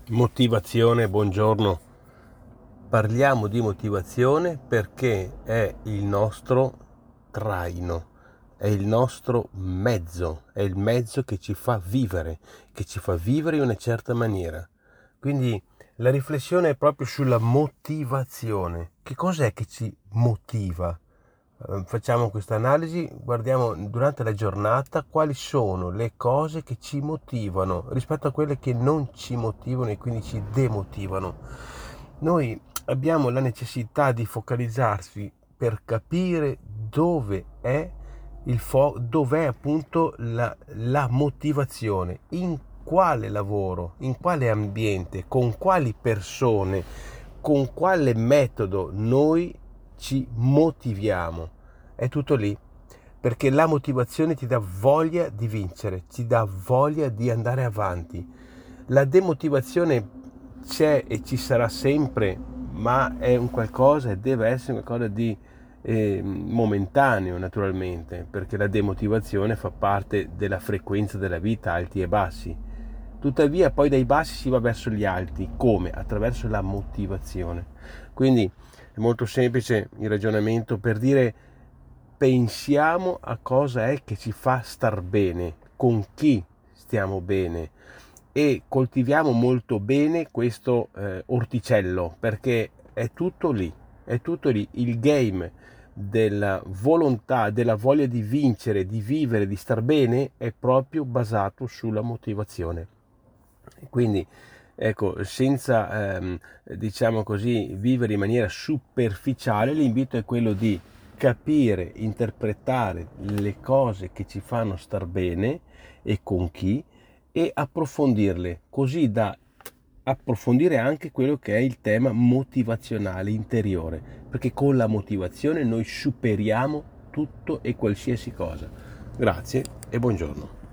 Motivazione, buongiorno. Parliamo di motivazione perché è il nostro traino, è il nostro mezzo, è il mezzo che ci fa vivere in una certa maniera. Quindi la riflessione è proprio sulla motivazione. Che cos'è che ci motiva? Facciamo questa analisi, guardiamo durante la giornata quali sono le cose che ci motivano rispetto a quelle che non ci motivano e quindi ci demotivano. Noi abbiamo la necessità di focalizzarsi per capire dov'è appunto la motivazione, in quale lavoro, in quale ambiente, con quali persone, con quale metodo noi ci motiviamo. È tutto lì, perché la motivazione ti dà voglia di vincere, ti dà voglia di andare avanti. La demotivazione c'è e ci sarà sempre, ma è un qualcosa e deve essere qualcosa di momentaneo, naturalmente, perché la demotivazione fa parte della frequenza della vita, alti e bassi. Tuttavia poi dai bassi si va verso gli alti, come? Attraverso la motivazione. Quindi è molto semplice il ragionamento per dire: pensiamo a cosa è che ci fa star bene, con chi stiamo bene, e coltiviamo molto bene questo orticello, perché è tutto lì, il game della volontà, della voglia di vincere, di vivere, di star bene è proprio basato sulla motivazione. Quindi ecco, senza diciamo così vivere in maniera superficiale, l'invito è quello di capire, interpretare le cose che ci fanno star bene e con chi, e approfondirle, così da approfondire anche quello che è il tema motivazionale interiore, perché con la motivazione noi superiamo tutto e qualsiasi cosa. Grazie e buongiorno.